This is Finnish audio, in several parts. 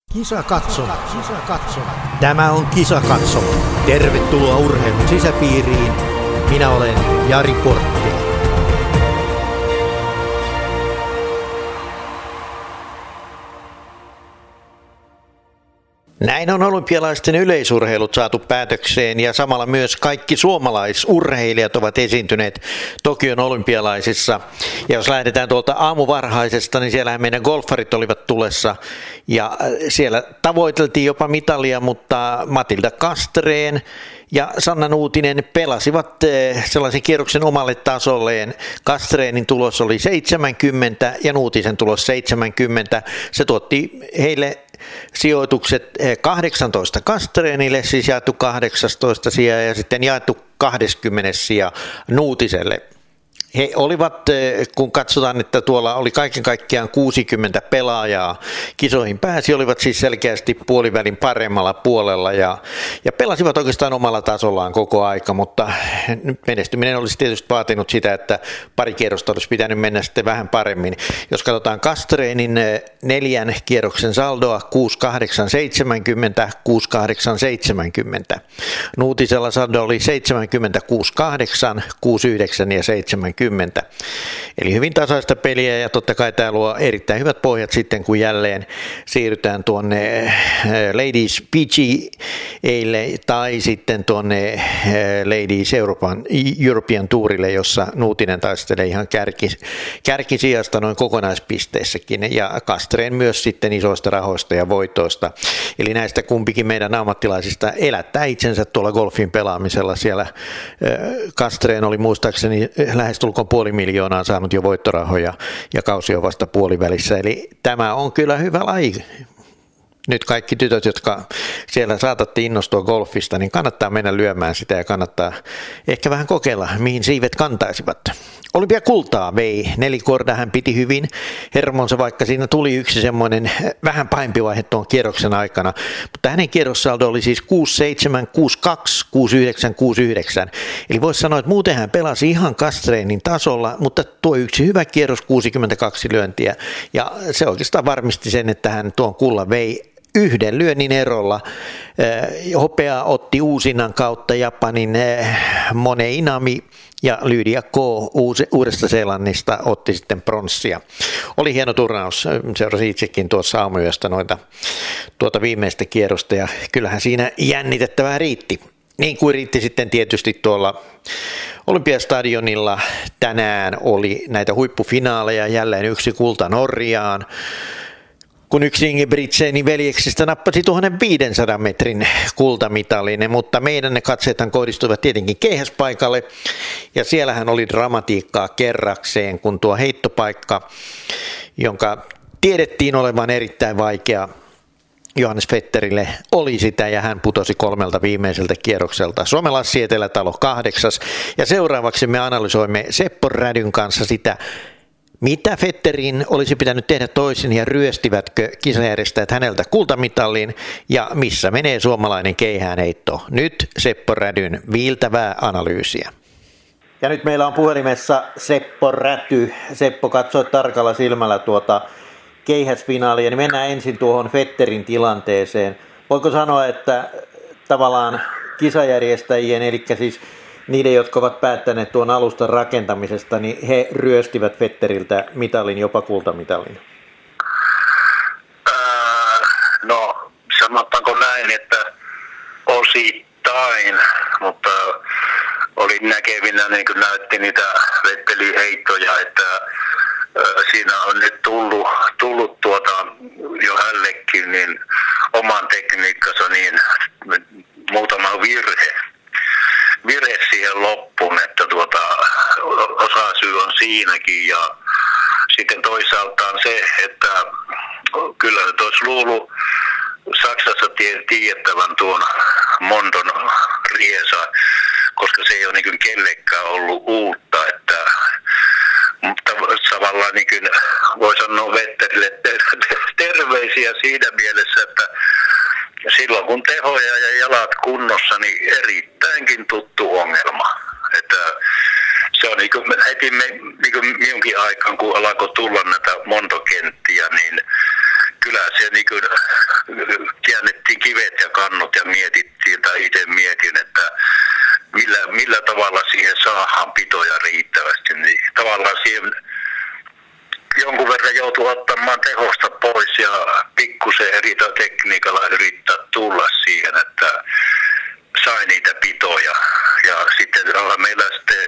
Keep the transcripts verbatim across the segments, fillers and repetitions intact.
Kisa katsoma. Kisa katsoma. Tämä on Kisa katsoma. Tervetuloa urheilun sisäpiiriin. Minä olen Jari Porttila. Näin on olympialaisten yleisurheilut saatu päätökseen ja samalla myös kaikki suomalaisurheilijat ovat esiintyneet Tokion olympialaisissa. Ja jos lähdetään tuolta aamuvarhaisesta, niin siellähän meidän golfarit olivat tulessa ja siellä tavoiteltiin jopa mitalia, mutta Matilda Castrén ja Sanna Nuutinen pelasivat sellaisen kierroksen omalle tasolleen. Castrénin tulos oli seitsemänkymmentä ja Nuutisen tulos seitsemänkymmentä. Se tuotti heille sijoitukset kahdeksantoista Castrénille, siis jaettu kahdeksantoista sijaa ja sitten jaettu kaksikymmentä sijaa Nuutiselle. He olivat, kun katsotaan, että tuolla oli kaiken kaikkiaan kuusikymmentä pelaajaa, kisoihin pääsi, olivat siis selkeästi puolivälin paremmalla puolella ja, ja pelasivat oikeastaan omalla tasollaan koko aika, mutta menestyminen olisi tietysti vaatinut sitä, että pari kierrosta olisi pitänyt mennä sitten vähän paremmin. Jos katsotaan Castrénin neljän kierroksen saldoa, kuusi kahdeksan seitsemänkymmentä, kuusi kahdeksan seitsemänkymmentä. Nuutisella saldo oli seitsemänkymmentä kuusi kahdeksan, kuusi yhdeksän ja seitsemänkymmentä. Eli hyvin tasaista peliä ja totta kai tämä luo erittäin hyvät pohjat sitten, kun jälleen siirrytään tuonne Ladies P G A:lle tai sitten tuonne Ladies European, European Tourille, jossa Nuutinen taistelee ihan kärki, kärkisijasta noin kokonaispisteissäkin ja Castrén myös sitten isoista rahoista ja voitoista. Eli näistä kumpikin meidän ammattilaisista elättää itsensä tuolla golfin pelaamisella. Siellä Castrén oli muistaakseni lähes tulkoon puoli miljoonaa saanut jo voittorahoja ja kausi on vasta puolivälissä. Eli tämä on kyllä hyvä laji. Nyt kaikki tytöt, jotka siellä saatatte innostua golfista, niin kannattaa mennä lyömään sitä ja kannattaa ehkä vähän kokeilla, mihin siivet kantaisivat. Olympiakultaa vei Nelikorda, hän piti hyvin hermonsa, vaikka siinä tuli yksi semmoinen vähän pahempi vaihe tuon kierroksen aikana. Mutta hänen kierrossaldo oli siis kuusi seitsemän, kuusi kaksi, kuusi yhdeksän, kuusi yhdeksän. Eli voisi sanoa, että muuten hän pelasi ihan Castrénin tasolla, mutta tuo yksi hyvä kierros, kuusikymmentäkaksi lyöntiä. Ja se oikeastaan varmisti sen, että hän tuon kullan vei yhden lyönnin erolla. Hopea otti uusinnan kautta Japanin Mone Inami ja Lydia Ko Uudesta-Seelannista otti sitten pronssia. Oli hieno turnaus, seurasi itsekin tuossa aamuyöstä noita, tuota viimeistä kierrosta ja kyllähän siinä jännitettävää riitti. Niin kuin riitti sitten tietysti tuolla Olympiastadionilla tänään oli näitä huippufinaaleja, jälleen yksi kulta Norjaan. Kun yksi Ingebrigtsenin veljeksistä nappasi tuhatviisisataa metrin kultamitalin, mutta meidän ne katseethan kohdistuivat tietenkin keihäspaikalle, ja siellähän oli dramatiikkaa kerrakseen, kun tuo heittopaikka, jonka tiedettiin olevan erittäin vaikea Johannes Vetterille, oli sitä, ja hän putosi kolmelta viimeiseltä kierrokselta. Suomen Lassi Etelätalo kahdeksas, ja seuraavaksi me analysoimme Seppo Rädyn kanssa sitä, mitä Vetterin olisi pitänyt tehdä toisin ja ryöstivätkö kisajärjestäjät häneltä kultamitalliin ja missä menee suomalainen keihäänheitto? Nyt Seppo Rädyn viiltävää analyysiä. Ja nyt meillä on puhelimessa Seppo Räty. Seppo, katsoit tarkalla silmällä tuota keihäsfinaalia, niin mennään ensin tuohon Vetterin tilanteeseen. Voiko sanoa, että tavallaan kisajärjestäjien, eli siis niiden, jotka ovat päättäneet tuon alustan rakentamisesta, niin he ryöstivät Vetteriltä mitalin, jopa kultamitalin? Äh, no, sanotaanko näin, että osittain, mutta olin näkevinä, niin kuin näytti niitä Vettelin heittoja, että äh, siinä on nyt tullut, tullut tuota, jo hänellekin niin oman tekniikkansa niin muutama virhe. virhe siihen loppuun, että tuota, osasyy on siinäkin ja sitten toisaalta on se, että kyllä nyt olisi luullut Saksassa tiedettävän tuon Mondon riesa, koska se ei ole niin kellekään ollut uutta, että mutta tavallaan niin voi sanoa Vetterille terveisiä siinä mielessä, että silloin kun tehoja ja jalat kunnossa, niin erittäinkin tuttu ongelma. Että se on niin kuin heti me, niin kuin minunkin aikaan, kun alkoi tulla näitä montokenttiä, niin kyllä se niin kuin pikkusen eri tekniikalla yrittää tulla siihen, että sai niitä pitoja. Ja sitten ollaan meillä sitten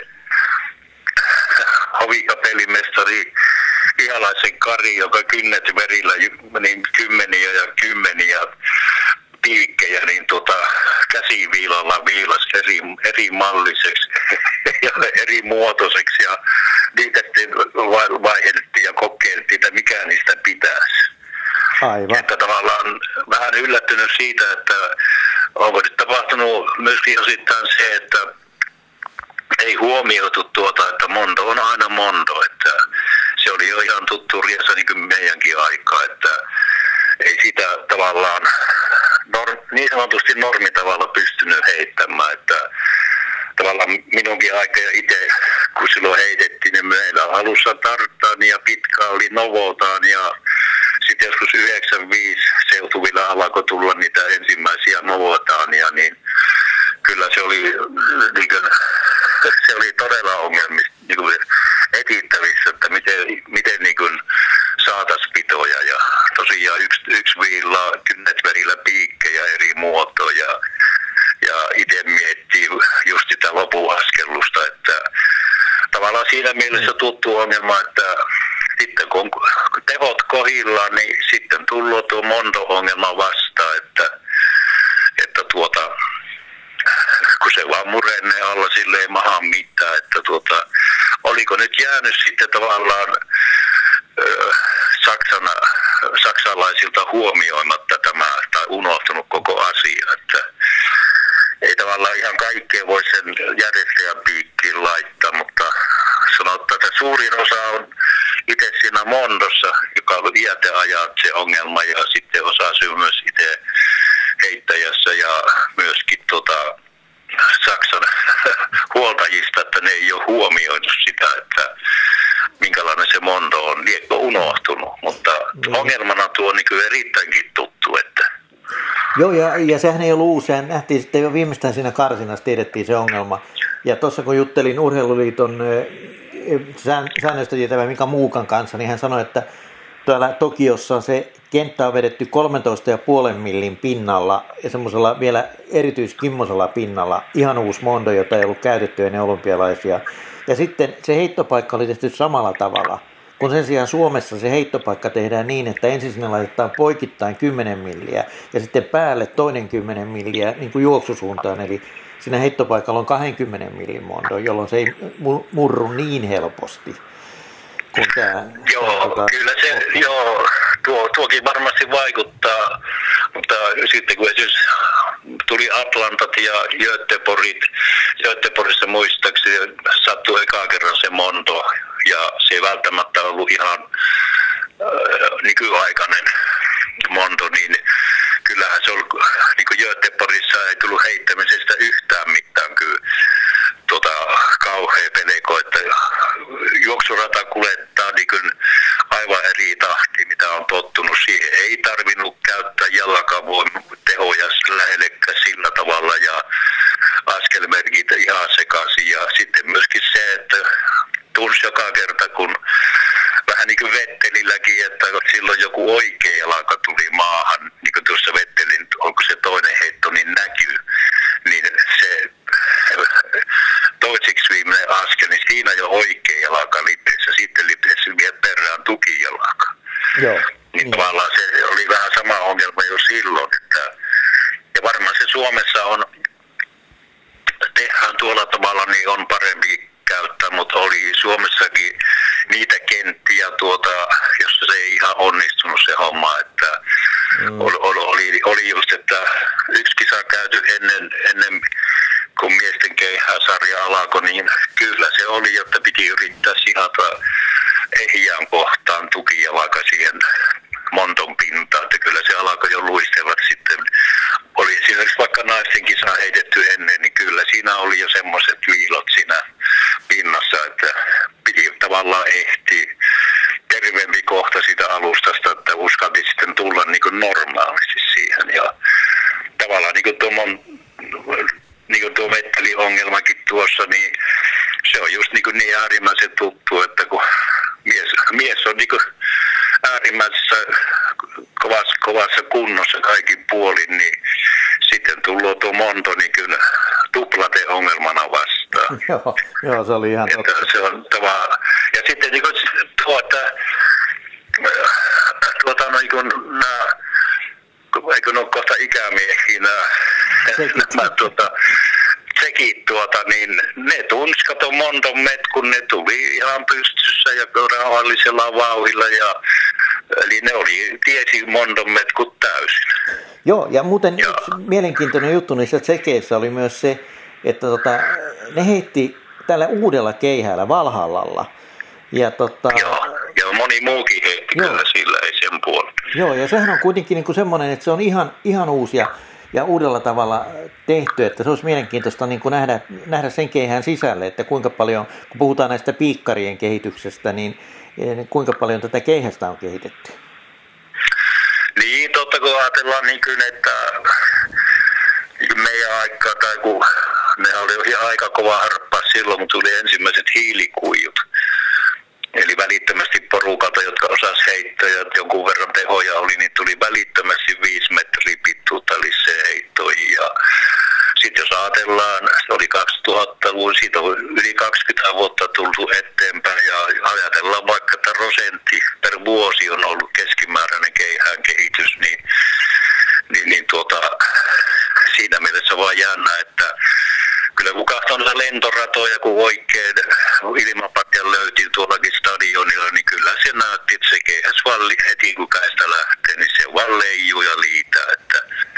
hovikapellimestari Ihalaisen Kari, joka kynnet verillä niin kymmeniä ja kymmeniä piikkejä, niin tota, käsiviilalla viilas eri, eri malliseksi ja eri muotoiseksi. Ja niitä sitten vaihdettiin ja kokeiltiin, että mikä niistä pitäisi. Aivan. Että tavallaan vähän yllättynyt siitä, että onko nyt tapahtunut myöskin osittain se, että ei huomioitu tuota, että Mondo on aina Mondo, että se oli jo ihan tuttu riesa niin kuin meidänkin aikaa, että ei sitä tavallaan norm, niin sanotusti normitavalla pystynyt heittämään, että tavallaan minunkin aika itse, kun silloin heitettiin, niin meillä alussa tarttaan ja pitkä oli Novotaan ja sitten joskus yhdeksänkymmentäviisi seutuvilla alkoi tulla niitä ensimmäisiä Novotaania, niin kyllä se oli, niin kuin, se oli todella ongelmista niin kuin etittävissä, että miten, miten niin kuin saataisiin pitoja ja tosiaan yksi, yksi viilla, kynnet verillä piikkejä eri muotoja ja itse miettii just sitä lopuaskellusta, että tavallaan siinä mielessä tuttu ongelma, että sitten kun tehot kohillaan, niin sitten tullut tuo Mondo-ongelma vastaan, että, että tuota, kun se vaan murenee alla, sille ei maha mitään, että tuota, oliko nyt jäänyt sitten tavallaan ö, Saksan, saksalaisilta huomioimatta tämä, tai unohtunut koko asia, että ei tavallaan ihan kaikkea voi sen järjestäjän piikkiin laittaa, mutta sanotaan, että suurin osa on itse siinä Mondossa, joka on iäte ajaa se ongelma, ja sitten osa syy myös itse heittäjässä ja myöskin tuota, Saksan huoltajista, että ne ei ole huomioinut sitä, että minkälainen se Mondo on, liekko unohtunut, mutta mm. ongelmana tuo on niin erittäinkin tuttu, että joo, ja, ja sehän ei ollut uusi, sehän nähtiin sitten jo viimeistään siinä karsinassa, tiedettiin se ongelma. Ja tuossa kun juttelin Urheiluliiton säännöstä tietävä Mika Muukan kanssa, niin hän sanoi, että täällä Tokiossa se kenttä on vedetty kolmetoista pilkku viisi millin pinnalla ja semmoisella vielä erityiskimmoisella pinnalla, ihan uusi Mondo, jota ei ollut käytetty ennen olympialaisia. Ja sitten se heittopaikka oli tehty samalla tavalla, kun sen sijaan Suomessa se heittopaikka tehdään niin, että ensin sinne laitetaan poikittain kymmenen milliä ja sitten päälle toinen kymmenen milliä niin kuin juoksusuuntaan, eli siinä heittopaikalla on kaksikymmentä millin Mondo, jolloin se ei murru niin helposti. Tämä, joo, tota, kyllä se, joo, tuo, tuokin varmasti vaikuttaa, mutta sitten kun esimerkiksi tuli Atlantat ja Göteborgit, Göteborgissa muistaakseni sattui ekaa kerran se Mondo, ja se ei välttämättä ollut ihan äh, nykyaikainen Mondo, niin kyllähän se oli, niin kuin Göteborgissa ei tullut heittämisestä yhtään mitään, kyllä tuota, kauhea peleko, että juoksurata kuljettaa niin kuin aivan eri tahti, mitä on tottunut. Siihen ei tarvinnut käyttää jalkavoimatehoja lähellekään sillä tavalla ja askelmerkit ihan sekaisin. Ja sitten myöskin se, että tunsi joka kerta, kun vähän niin kuin Vettelilläkin, että silloin joku oikea jalka tuli maahan, niin kuin tuossa Vettelin, onko se toinen heitto, niin näkyy, niin se toiseksi viimeinen askel, niin siinä jo oikea jalka lipeessä, sitten lipeessä vielä perään tukijalka. Joo. Niin, niin tavallaan se oli vähän sama ongelma jo silloin, että ja varmaan se Suomessa on, tehdään tuolla tavalla, niin on parempi käyttää, mutta oli Suomessakin niitä kenttiä, tuota, jossa se ei ihan onnistunut se homma, että mm. oli, oli, oli just, että yksi kisa käyty ennen, ennen kun miesten keihääsarja alkoi, niin kyllä se oli, jotta piti yrittää sihata ehjään kohtaan tukijalka siihen Mondon pintaan, että kyllä se alkoi jo luistella sitten. Oli esimerkiksi vaikka naisten kisa heitetty ennen, niin kyllä siinä oli jo semmoiset viilot siinä pinnassa, että piti tavallaan ehtiä terveempi kohta sitä alustasta, että uskalti sitten tulla niin kuin normaalisti siihen. Ja tavallaan niin kuin tuommoinen niin kuin tuo Vetteli-ongelmakin tuossa, niin se on just niin, kuin niin äärimmäisen tuttu, että kun mies, mies on niin kuin äärimmäisessä kovassa, kovassa hyvässä kunnossa kaikin puolin, niin sitten tullut tuo Monto, niin kyllä tuplate ongelmana vastaan. Joo, joo, se oli ihan totta. Se on tava... Ja sitten niin kuin tuota, tuota no, niin kuin nämä, eikö ne ole kohta ikämiehiä, nämä, nämä tuota, sekin tuota, niin ne tunsi, kato Monton metkun, ne tuli ihan pystyssä ja rauhallisella vauhilla, ja, eli ne oli, tiesi Monton metkut täysin. Joo, ja muuten ja. Yksi mielenkiintoinen juttu niissä tsekeissä oli myös se, että tota, ne heitti tällä uudella keihäällä Valhallalla. Ja tota, joo, ja moni muukin heitti joo. Kyllä sillä, ei sen puolella. Joo, ja sehän on kuitenkin niin kuin semmoinen, että se on ihan, ihan uusi ja, ja uudella tavalla tehty, että se olisi mielenkiintoista niin kuin nähdä, nähdä sen keihään sisälle, että kuinka paljon, kun puhutaan näistä piikkarien kehityksestä, niin kuinka paljon tätä keihästä on kehitetty. Niin, totta kun ajatellaan niin kuin, että meidän aikaa, tai kun ne oli aika kova harppaus silloin, kun tuli ensimmäiset hiilikuijut. Eli välittömästi porukalta, jotka osas heittää ja jonkun verran tehoja oli, niin tuli välittömästi viisi metriä pituutta lisää heittoihin. Ja sitten jos ajatellaan, se oli kaksituhattaluvun, siitä on yli kaksikymmentä vuotta tullut eteenpäin, ja ajatellaan vaikka, että prosentti per vuosi on ollut keskimääräinen keihään kehitys, niin, niin, niin tuota, siinä mielessä vaan jännä, että kyllä kun katsoo noita lentoratoja, kun oikein ilmapatjan löytiin tuollakin stadionilla, niin kyllä se näytti, että se keihäs vaan heti kun käistä lähtee, niin se vaan leijuu ja liitää, että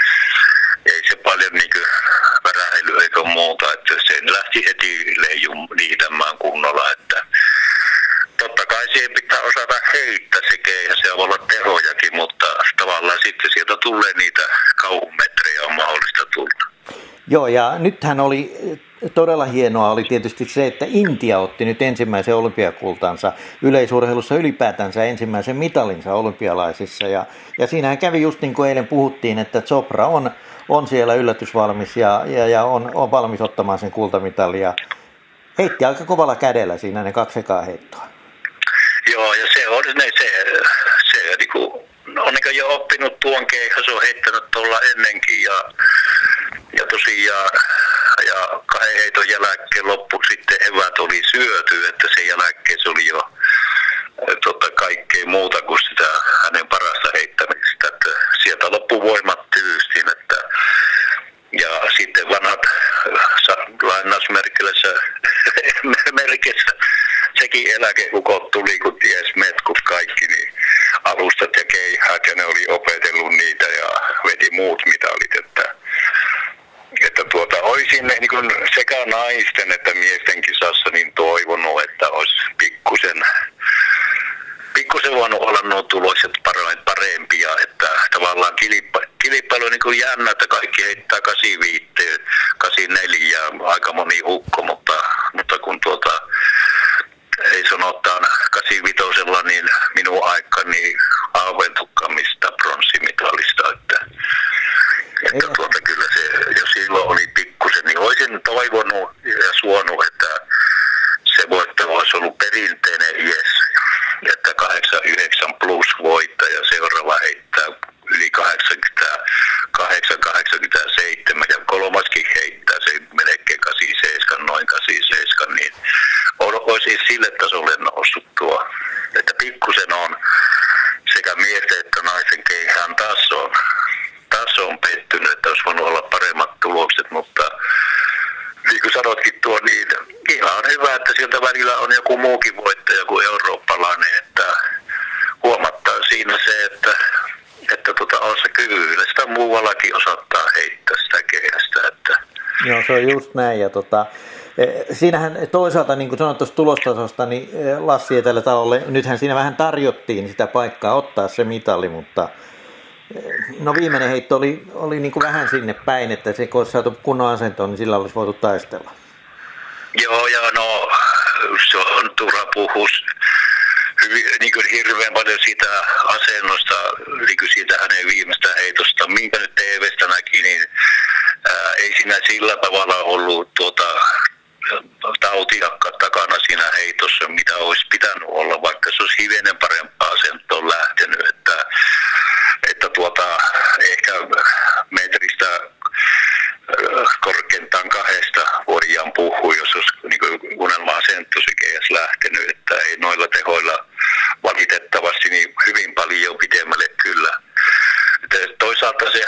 ei se paljon niin kuin värähely eikä muuta, että se lähti heti leijun liitämään kunnolla, että totta kai siihen pitää osata heittää se keihäs ja olla tehojakin, mutta tavallaan sitten sieltä tulee niitä kauhumetrejä on mahdollista tulla. Joo, ja nythän oli todella hienoa oli tietysti se, että Intia otti nyt ensimmäisen olympiakultansa yleisurheilussa ylipäätänsä ensimmäisen mitalinsa olympialaisissa. Ja, ja siinähän kävi just niin kuin eilen puhuttiin, että Chopra on, on siellä yllätysvalmis ja, ja, ja on, on valmis ottamaan sen kultamitalin. Ja heitti aika kovalla kädellä siinä ne kaksi ekaa heittoa. Joo, ja se on ne, se, se niin kuin, on niin jo oppinut tuon keihä, se on heittänyt tuolla ennenkin ja Ja tosiaan, ja kahden heiton jälkeen loppu sitten evät oli syöty, että sen jälkeen se oli jo tota, kaikkea muuta kuin sitä hänen parasta heittämistä. Että sieltä loppu voimat tyystin, että ja sitten vanhat lainausmerkissä merkissä sekin eläkeukot tuli, kun ties metkut kaikki, niin alustat ja keihät, ja ne oli opetellut niitä ja veti muut mitalit, että että tuota, olisin niin kuin sekä naisten että miesten kisassa niin toivonut, että olisi pikkusen, pikkusen voinut olla nuo tulokset parempia, että tavallaan kilpailu on niin kuin jännä, että kaikki heittää kahdeksankymmentäviisi, kahdeksankymmentäneljä, aika moni hukko, mutta, mutta kun tuota, ei sanotaan kahdeksankymmentäviisi, niin minun aikani haaveiltukaan mistä pronssimitalista, että Että tuota, kyllä se, jos silloin oli pikkusen, niin olisin toivonut ja suonut, että se voittava olisi ollut perinteinen ies, että kahdeksankymmentäyhdeksän plus voittaja, seuraava heittää yli kahdeksankymmentäkahdeksan kahdeksankymmentäseitsemän ja kolmaskin heittää se melkein kahdeksankymmentäseitsemän, noin kahdeksankymmentäseitsemän, niin olisi sille tasolle noussut tuo, että pikkusen on sekä miesten että naisen keihään tasoon. Taso on pettynyt, että olisi voinut olla paremmat tulokset, mutta niin kuin sanotkin tuo, niin ihan hyvä, että sieltä välillä on joku muukin voittaja kuin eurooppalainen, että huomattaa siinä se, että, että tuota, on se kyvyillä. Sitä muuallakin osattaa heittää sitä keihästä. Että. Joo, se on just näin. Ja tota, siinähän toisaalta, niin kuin sanoit tuosta tulostasosta, niin Lassi Etelätalolle, nythän siinä vähän tarjottiin sitä paikkaa ottaa se mitali, mutta no viimeinen heitto oli, oli niin kuin vähän sinne päin, että se kun olisi saatu kunnon asentoon, niin sillä olisi voitu taistella. Joo, ja no se on turha puhua niin kuin hirveän paljon siitä asennosta, niin kuin siitä hänen viimeistä heitosta, minkä nyt T V:stä näki, niin ää, ei siinä sillä tavalla ollut tuota, tautiakka takana siinä heitossa, mitä olisi pitänyt olla, vaikka se olisi hivenen parempaa asentoon lähtenyt, että että tuota,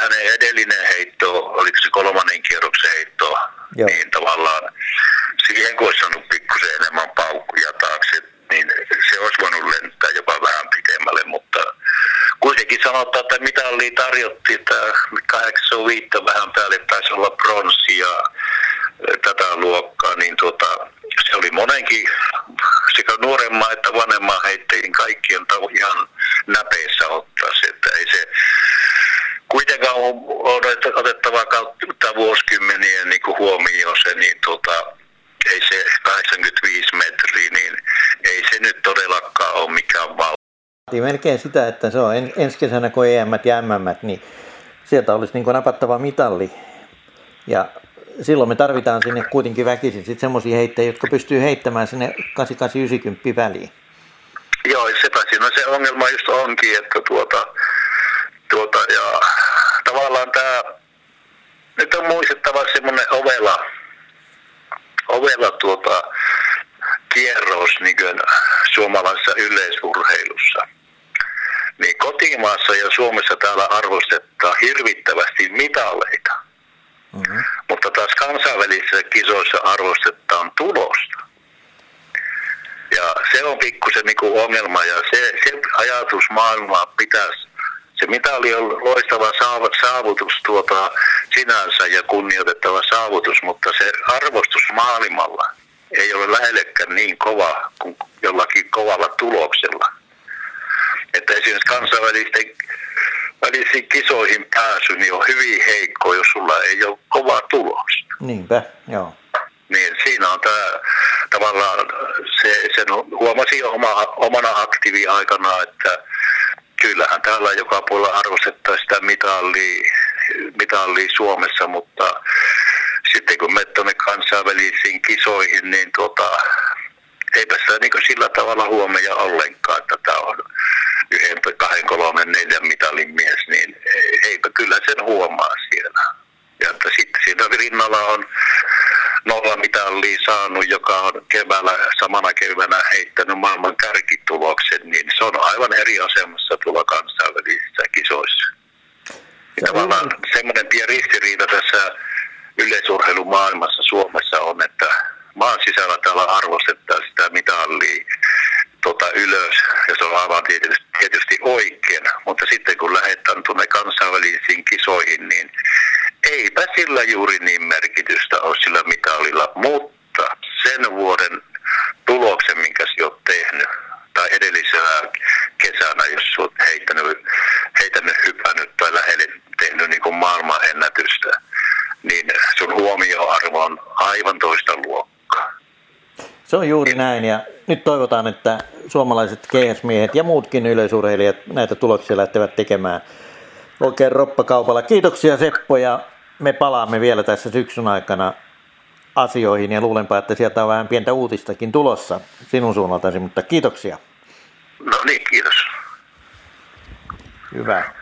hänen edellinen heitto, oliko se kolmannen kierroksen heitto, Joo. niin tavallaan siihen kun olisi saanut pikkusen enemmän paukkuja taakse, niin se olisi voinut lentää jopa vähän pitemmälle, mutta kuitenkin sanotaan, että mitallia tarjottiin, että kahdeksankymmentäviisi vähän päälle taisi olla bronssi ja tätä luokkaa, niin tuota, se oli monenkin sekä nuoremman että vanhemman heittäjien kaikkien tavo ihan näpeissä ottaa se, että ei se kuitenkaan ole otettava kautta vuosikymmenien niin kuin huomioon se, niin tuota, ei se kahdeksankymmentäviisi metriä, niin ei se nyt todellakaan ole mikään val. Melkein sitä, että se on en, ensi kesänä kun E M ja M M, niin sieltä olisi niin kuin napattava mitalli. Ja silloin me tarvitaan sinne kuitenkin väkisin sitten semmoisia heittäjiä, jotka pystyy heittämään sinne kahdeksankymmentäkahdeksan yhdeksänkymmentä väliin. Joo, sepä siinä se ongelma just onkin, että tuota, tuota ja tavallaan tämä, nyt on muistettava semmoinen ovela, ovela tuota, kierros niin kuin suomalaisessa yleisurheilussa. Niin kotimaassa ja Suomessa täällä arvostetaan hirvittävästi mitaleita. Mm-hmm. Mutta taas kansainvälisissä kisoissa arvostetaan tulosta. Ja se on pikkusen niinku ongelma ja se, se ajatusmaailmaa pitäisi. Se mitali on loistava saavutus tuota sinänsä ja kunnioitettava saavutus, mutta se arvostus maailmalla ei ole lähellekään niin kova kuin jollakin kovalla tuloksella. Että esimerkiksi kansainvälisten välisiin kisoihin pääsy niin on hyvin heikko, jos sulla ei ole kova tulos. Niinpä, joo. Niin siinä on tämä tavallaan, se, sen huomasin oma, omana aktiiviaikana, että kyllähän täällä joka puolella arvostetaan sitä mitallia, mitallia Suomessa, mutta sitten kun menet tuonne kansainvälisiin kisoihin, niin tuota, eipä sitä niin sillä tavalla huomioida ollenkaan, että tämä on yhden, kahden, kolmen, neljän mitalin mies, niin eipä kyllä sen huomaa siellä. Ja että sitten siinä rinnalla on nolla mitallia saanut, joka on keväällä, samana keväänä heittänyt maailman kärkituloksen, niin se on aivan eri asemassa tuolla kansainvälisissä kisoissa. Ja tavallaan semmoinen pieni ristiriita tässä yleisurheilumaailmassa Suomessa on, että maan sisällä täällä arvostetaan sitä mitallia tota, ylös, ja se on aivan tietysti, tietysti oikein, mutta sitten kun lähdetään tuonne kansainvälisiin kisoihin, niin eipä sillä juuri niin merkitystä ole sillä mitalilla, mutta sen vuoden tuloksen, minkä sä oot tehnyt, tai edellisenä kesänä, jos sä oot heittänyt, heittänyt hypännyt tai lähelle tehnyt niin kuin maailmanennätystä, niin sun huomioarvo on aivan toista luokkaa. Se on juuri näin, ja nyt toivotaan, että suomalaiset keihäsmiehet ja muutkin yleisurheilijat näitä tuloksia lähtevät tekemään oikein roppakaupalla. Kiitoksia Seppo, ja me palaamme vielä tässä syksyn aikana asioihin, ja luulenpa, että sieltä on vähän pientä uutistakin tulossa sinun suunnaltasi, mutta kiitoksia. No niin, kiitos. Hyvä.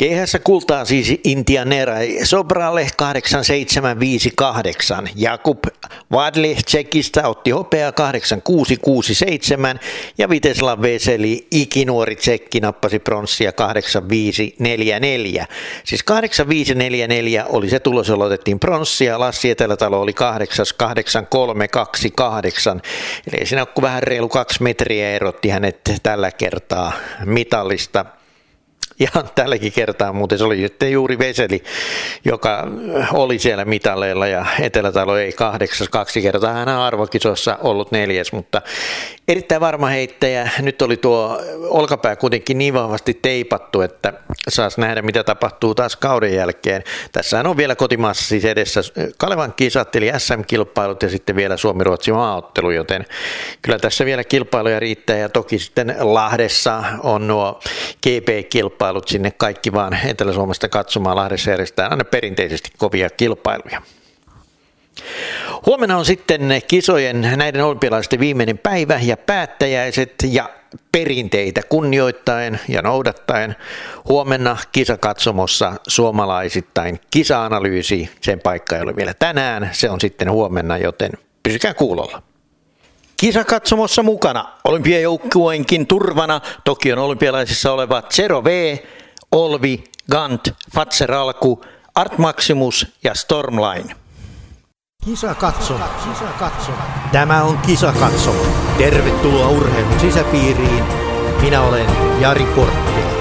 Keihässä kultaa siis Intianerai Sobralle kahdeksan seitsemän viisi kahdeksan. Jakub Vadle Tsekistä otti hopeaa kahdeksan kuusi kuusi seitsemän ja Viteslav Veseli, ikinuori tsekki, nappasi pronssia kahdeksan viisi neljä neljä. Siis kahdeksan viisi neljä neljä oli se tulos, jolla otettiin pronssia. Lassi Etelätalo oli kahdeksas kahdeksan kolme kaksi kahdeksan. Eli ei siinä ole kuin vähän reilu kaksi metriä erotti hänet tällä kertaa mitallista. Ja tälläkin kertaa muuten se oli sitten juuri Veseli, joka oli siellä mitalleilla ja Etelätalo ei kahdeksas kaksi kertaa. Hän on arvokisossa ollut neljäs, mutta erittäin varma heittäjä. Nyt oli tuo olkapää kuitenkin niin vahvasti teipattu, että saas nähdä mitä tapahtuu taas kauden jälkeen. Tässähän on vielä kotimaassa siis edessä Kalevan kisat eli S M-kilpailut ja sitten vielä Suomi-Ruotsi maaottelu, joten kyllä tässä vielä kilpailuja riittää ja toki sitten Lahdessa on nuo G P-kilpailut sinne kaikki vaan Etelä-Suomesta katsomaan. Lahdessa järjestetään aina perinteisesti kovia kilpailuja. Huomenna on sitten kisojen näiden olympialaisten viimeinen päivä ja päättäjäiset ja perinteitä kunnioittaen ja noudattaen. Huomenna kisakatsomossa suomalaisittain kisa-analyysi. Sen paikka ei ole vielä tänään, se on sitten huomenna, joten pysykää kuulolla. Kisakatsomossa mukana olympiajoukkueenkin turvana Tokion olympialaisissa olevat Zero V, Olvi, Gant, Fatser Alku, Art Maximus ja Stormline. Kisakatsomo. Kisakatsomo. Tämä on Kisakatsomo. Tervetuloa urheilun sisäpiiriin. Minä olen Jari Korttila.